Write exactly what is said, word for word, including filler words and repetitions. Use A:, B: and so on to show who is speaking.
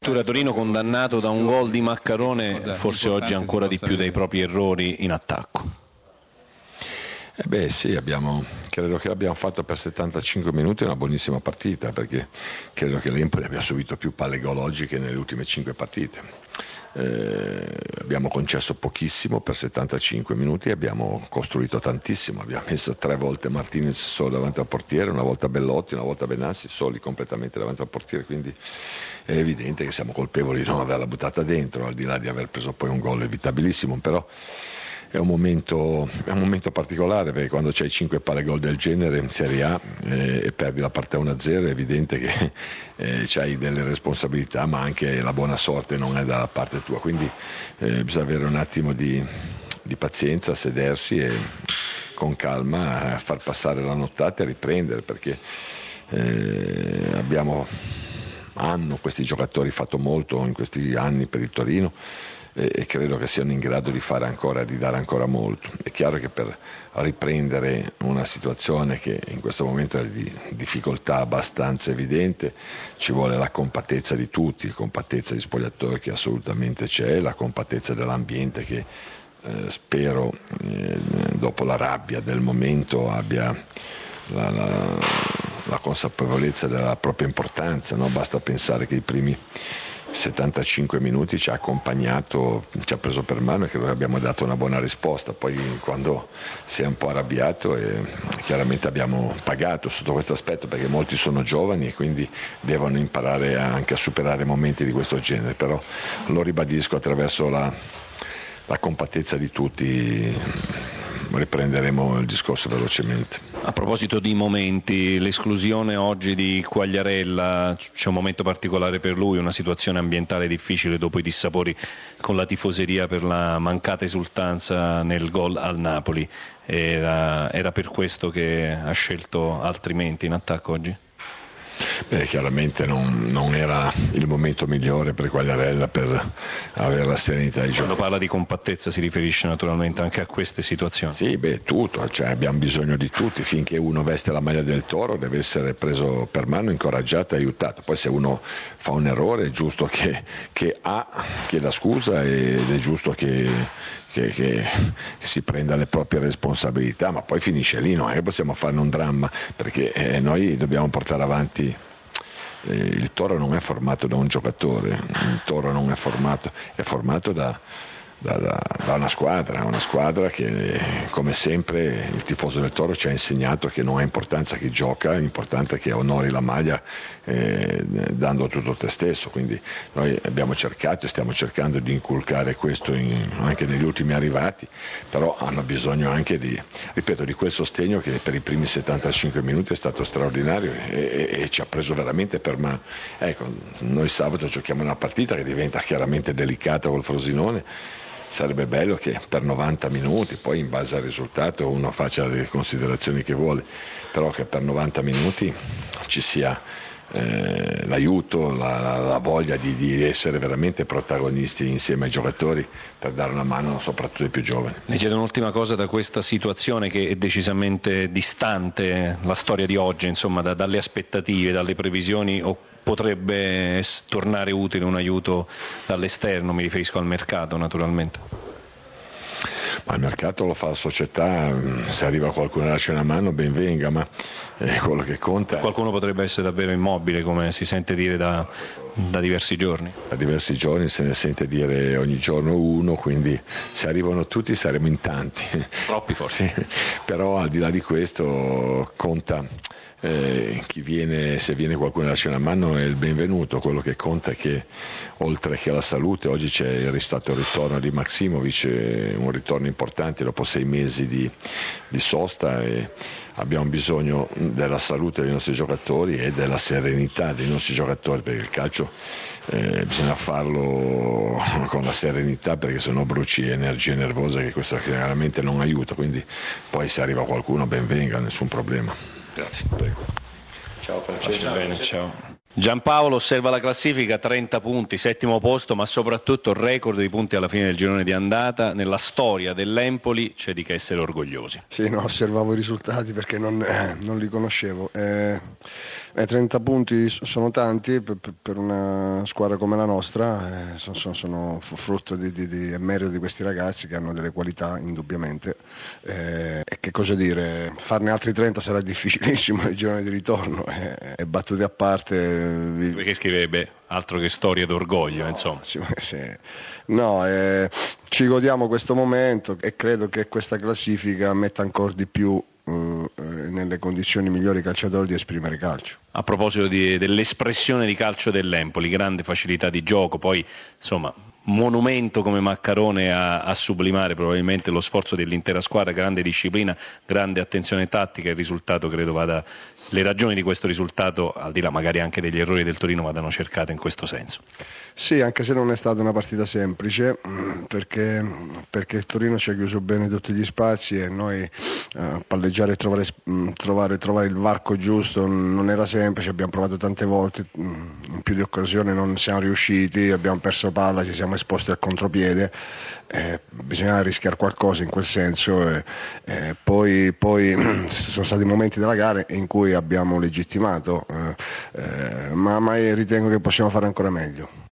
A: Torino condannato da un gol di Maccarone, forse oggi ancora di più dei propri errori in attacco.
B: Eh beh sì, abbiamo, credo che abbiamo fatto per settantacinque minuti una buonissima partita, perché credo che l'Empoli abbia subito più palle gol oggi che nelle ultime cinque partite. Eh, abbiamo concesso pochissimo per settantacinque minuti e abbiamo costruito tantissimo. Abbiamo messo tre volte Martinez solo davanti al portiere, una volta Bellotti, una volta Benassi, soli completamente davanti al portiere, quindi è evidente che siamo colpevoli di non averla buttata dentro, al di là di aver preso poi un gol evitabilissimo, però è un momento, è un momento particolare, perché quando c'hai cinque palle gol del genere in Serie A eh, e perdi la partita uno a zero è evidente che eh, c'hai delle responsabilità, ma anche la buona sorte non è dalla parte tua, quindi eh, bisogna avere un attimo di, di pazienza, sedersi e con calma far passare la nottata e riprendere, perché eh, abbiamo, hanno questi giocatori fatto molto in questi anni per il Torino e credo che siano in grado di fare ancora, di dare ancora molto. È chiaro che per riprendere una situazione che in questo momento è di difficoltà abbastanza evidente ci vuole la compattezza di tutti, compattezza di spogliatoi che assolutamente c'è, la compattezza dell'ambiente che eh, spero eh, dopo la rabbia del momento abbia la, la, la consapevolezza della propria importanza, no? Basta pensare che i primi settantacinque minuti ci ha accompagnato, ci ha preso per mano e credo che abbiamo dato una buona risposta. Poi quando si è un po' arrabbiato eh, chiaramente abbiamo pagato sotto questo aspetto, perché molti sono giovani e quindi devono imparare anche a superare momenti di questo genere, però lo ribadisco, attraverso la, la compattezza di tutti riprenderemo il discorso velocemente.
A: A proposito di momenti, l'esclusione oggi di Quagliarella, c'è un momento particolare per lui, una situazione ambientale difficile dopo i dissapori con la tifoseria per la mancata esultanza nel gol al Napoli. Era, era per questo che ha scelto altrimenti in attacco oggi?
B: Beh, chiaramente non, non era il momento migliore per Quagliarella per avere la serenità di gioco.
A: Quando parla di compattezza si riferisce naturalmente anche a queste situazioni.
B: Sì, beh, tutto, cioè abbiamo bisogno di tutti. Finché uno veste la maglia del Toro deve essere preso per mano, incoraggiato e aiutato. Poi se uno fa un errore è giusto che, che A chieda scusa ed è giusto che, che, che si prenda le proprie responsabilità, ma poi finisce lì, non è che possiamo farne un dramma, perché eh, noi dobbiamo portare avanti. Eh, il Toro non è formato da un giocatore, il Toro non è formato, è formato da, da, da, da una squadra, una squadra che come sempre il tifoso del Toro ci ha insegnato che non ha importanza chi gioca, è importante che onori la maglia eh, dando tutto te stesso, quindi noi abbiamo cercato e stiamo cercando di inculcare questo in, anche negli ultimi arrivati, però hanno bisogno anche di, ripeto, di quel sostegno che per i primi settantacinque minuti è stato straordinario e, e, e ci ha preso veramente per mano. Ecco, noi sabato giochiamo una partita che diventa chiaramente delicata col Frosinone. Sarebbe bello che per novanta minuti, poi in base al risultato uno faccia le considerazioni che vuole, però che per novanta minuti ci sia eh, l'aiuto, la, la voglia di, di essere veramente protagonisti insieme ai giocatori per dare una mano soprattutto ai più giovani.
A: Le chiedo un'ultima cosa da questa situazione che è decisamente distante, la storia di oggi, insomma, da, dalle aspettative, dalle previsioni, o potrebbe tornare utile un aiuto dall'esterno, mi riferisco al mercato naturalmente.
B: Ma il mercato lo fa la società, se arriva qualcuno a lascia una mano ben venga, ma eh, quello che conta...
A: Qualcuno potrebbe essere davvero immobile, come si sente dire da, da diversi giorni.
B: Da diversi giorni se ne sente dire ogni giorno uno, quindi se arrivano tutti saremo in tanti.
A: Troppi forse.
B: Sì, però al di là di questo conta... Eh, chi viene, se viene qualcuno a lasciare una mano è il benvenuto, quello che conta è che oltre che alla salute oggi c'è stato il ritorno di Maksimovic, un ritorno importante dopo sei mesi di, di sosta, e abbiamo bisogno della salute dei nostri giocatori e della serenità dei nostri giocatori, perché il calcio eh, bisogna farlo con la serenità, perché sennò bruci energie nervose che questo chiaramente non aiuta, quindi poi se arriva qualcuno ben venga, nessun problema.
A: Grazie. Prego.
B: Ciao Francesco.
A: Bene, ciao. Giampaolo osserva la classifica, trenta punti, settimo posto, ma soprattutto il record di punti alla fine del girone di andata. Nella storia dell'Empoli c'è di che essere orgogliosi.
C: Sì, no, osservavo i risultati perché non, eh, non li conoscevo. Eh, Eh, trenta punti sono tanti per, per una squadra come la nostra, eh, sono, sono frutto di, di, di, e merito di questi ragazzi che hanno delle qualità indubbiamente, eh, e che cosa dire, farne altri trenta sarà difficilissimo nel girone di ritorno, eh, e battute a parte. Vi...
A: Perché scriverebbe altro che storia d'orgoglio,
C: no,
A: insomma.
C: Sì, sì. No, eh, ci godiamo questo momento e credo che questa classifica metta ancora di più eh, nelle condizioni migliori i calciatori di esprimere calcio.
A: A proposito di, dell'espressione di calcio dell'Empoli, grande facilità di gioco, poi insomma monumento come Maccarone a, a sublimare probabilmente lo sforzo dell'intera squadra, grande disciplina, grande attenzione tattica, il risultato credo vada, le ragioni di questo risultato, al di là magari anche degli errori del Torino, vadano cercate in questo senso.
C: Sì, anche se non è stata una partita semplice, perché, perché il Torino ci ha chiuso bene tutti gli spazi e noi eh, palleggiare e trovare, trovare, trovare il varco giusto non era semplice, abbiamo provato tante volte, in più di occasioni non siamo riusciti, abbiamo perso palla, ci siamo esposti al contropiede, eh, bisognava rischiare qualcosa in quel senso, eh, eh, poi, poi sono stati momenti della gara in cui abbiamo legittimato, eh, eh, ma, ma ritengo che possiamo fare ancora meglio.